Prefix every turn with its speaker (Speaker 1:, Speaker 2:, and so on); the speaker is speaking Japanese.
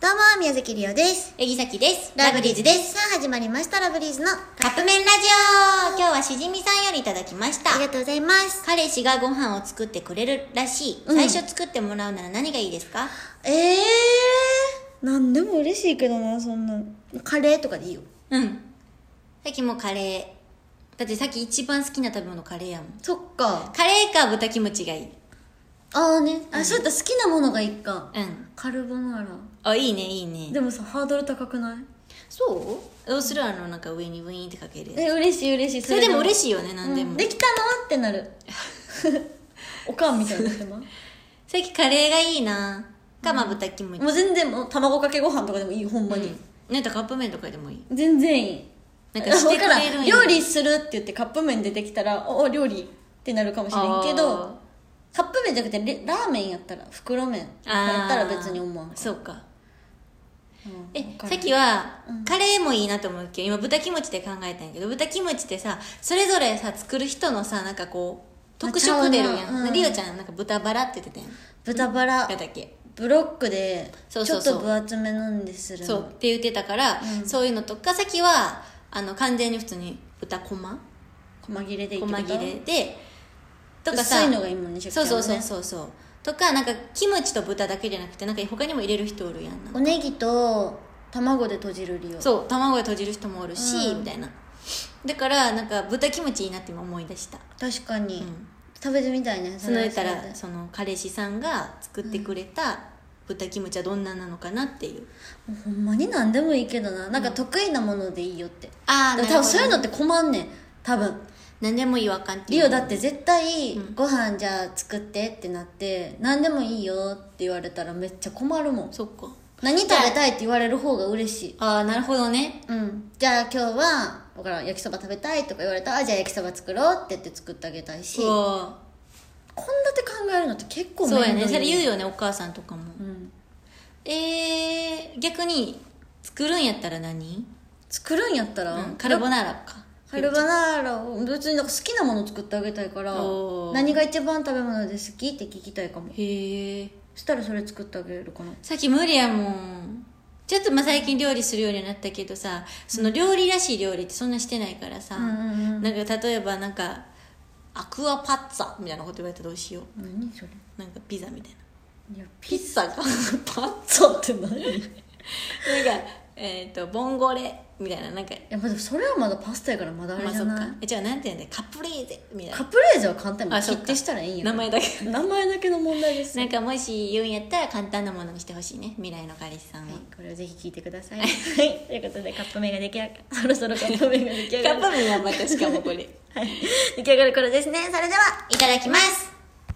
Speaker 1: どうも、宮崎りおです。
Speaker 2: えぎさきです。
Speaker 1: ラブリーズです。さあ、始まりました、ラブリーズの
Speaker 2: カップ麺ラジオ。今日はしじみさんよりいただきました。
Speaker 1: ありがとうございます。
Speaker 2: 彼氏がご飯を作ってくれるらしい。最初作ってもらうなら何がいいですか？
Speaker 1: なんでも嬉しいけどな、そんな。カレーとかでいいよ。
Speaker 2: うん。さっきもカレー。だってさっき一番好きな食べ物カレーやもん。
Speaker 1: そっか。
Speaker 2: カレーか豚キムチがいい。
Speaker 1: ああね。そういった好きなものがいいか。
Speaker 2: うん。
Speaker 1: カルボナーラ。
Speaker 2: あ、いいね、いいね。
Speaker 1: でもさ、ハードル高くない？
Speaker 2: そうどうする？なんか上にウィーンってかける。
Speaker 1: 嬉しい嬉しい。
Speaker 2: それでも嬉しいよね、なんでも。
Speaker 1: できたのってなる。おかんみたいになってます。
Speaker 2: さっきカレーがいいな。か、まあ豚キムチ。
Speaker 1: もう全然もう卵かけご飯とかでもいい、ほんまに。
Speaker 2: なんかカップ麺とかでもいい。
Speaker 1: 全然いい。
Speaker 2: なんかしてくれるんや。
Speaker 1: 料理するって言ってカップ麺出てきたら、お、料理ってなるかもしれんけど、カップ麺じゃなくてラーメンやったら、袋麺やったら別に思わん。
Speaker 2: そうか。さっきは、カレーもいいなと思うけど、今豚キムチで考えたんやけど、豚キムチってさ、それぞれさ、作る人のさ、なんかこう、特色出るやん。リオちゃんなんか豚バラって言ってたやん。
Speaker 1: 豚バラ。
Speaker 2: だっけ
Speaker 1: ブロックで、ちょ
Speaker 2: そうそうそう
Speaker 1: っと分厚めのんでするの。
Speaker 2: そうって言ってたから、そういうのとか、さっきは、完全に普通に豚こま
Speaker 1: 細切れでいい
Speaker 2: 細切れで、とかさ、
Speaker 1: 薄いのがいいもんね、
Speaker 2: そうそうそうそうそう。とか、なんか、キムチと豚だけじゃなくて、なんか他にも入れる人おるやんな。
Speaker 1: おネギと卵で閉じる量。
Speaker 2: そう、卵で閉じる人もおるし、みたいな。だから、なんか、豚キムチいいなって今思い出した。
Speaker 1: 確かに。食べてみたいね。
Speaker 2: その言ったら、その彼氏さんが作ってくれた豚キムチはどんななのかなっていう。
Speaker 1: もうほんまに何でもいいけどな。なんか得意なものでいいよって。
Speaker 2: ああ、
Speaker 1: 多分そういうのって困んねん。多分。
Speaker 2: 何でもいいわかんって
Speaker 1: リオだって絶対ご飯じゃあ作ってってなって何でもいいよって言われたらめっちゃ困るもん。
Speaker 2: そっか。
Speaker 1: 何食べたいって言われる方が嬉しい。
Speaker 2: ああ、なるほどね。
Speaker 1: じゃあ今日はだから焼きそば食べたいとか言われたらじゃあ焼きそば作ろうって言って作ってあげたいし、献立考えるのって結構面倒い。
Speaker 2: そうやね、それ言うよね、お母さんとかも。逆に作るんやったら何？
Speaker 1: 作るんやったら、
Speaker 2: カルボナーラか。
Speaker 1: カルボナーラを別になんか好きなもの作ってあげたいから何が一番食べ物で好きって聞きたいかも。
Speaker 2: へえ。
Speaker 1: そしたらそれ作ってあげるかな。
Speaker 2: さっき無理やもん。ちょっと最近料理するようになったけどさ、その料理らしい料理ってそんなしてないからさ、なんか例えばなんかアクアパッツァみたいなこと言われたらどうしよう。
Speaker 1: 何それ？
Speaker 2: なんかピザみたいな。
Speaker 1: いや
Speaker 2: ピッツァか
Speaker 1: パッツァって何？
Speaker 2: なんかボンゴレみたいな、なんか、
Speaker 1: いや、まだそれはまだパスタやからまだあれじゃない？
Speaker 2: じゃあなんて言うんだよ、カプレーゼみたいな。
Speaker 1: カプレーゼは簡単に切ってしたらいいんや。
Speaker 2: 名前だけ
Speaker 1: 名前だけの問題です。
Speaker 2: なんかもし言うんやったら簡単なものにしてほしいね、未来の彼氏さんは。
Speaker 1: これをぜひ聞いてください。はい、ということでカップ麺が出来上がる。そろそろカップ麺が出来上がる。
Speaker 2: カップ麺はまたしかもこれ
Speaker 1: はい、出来上がる頃ですね。それではい
Speaker 2: ただきます。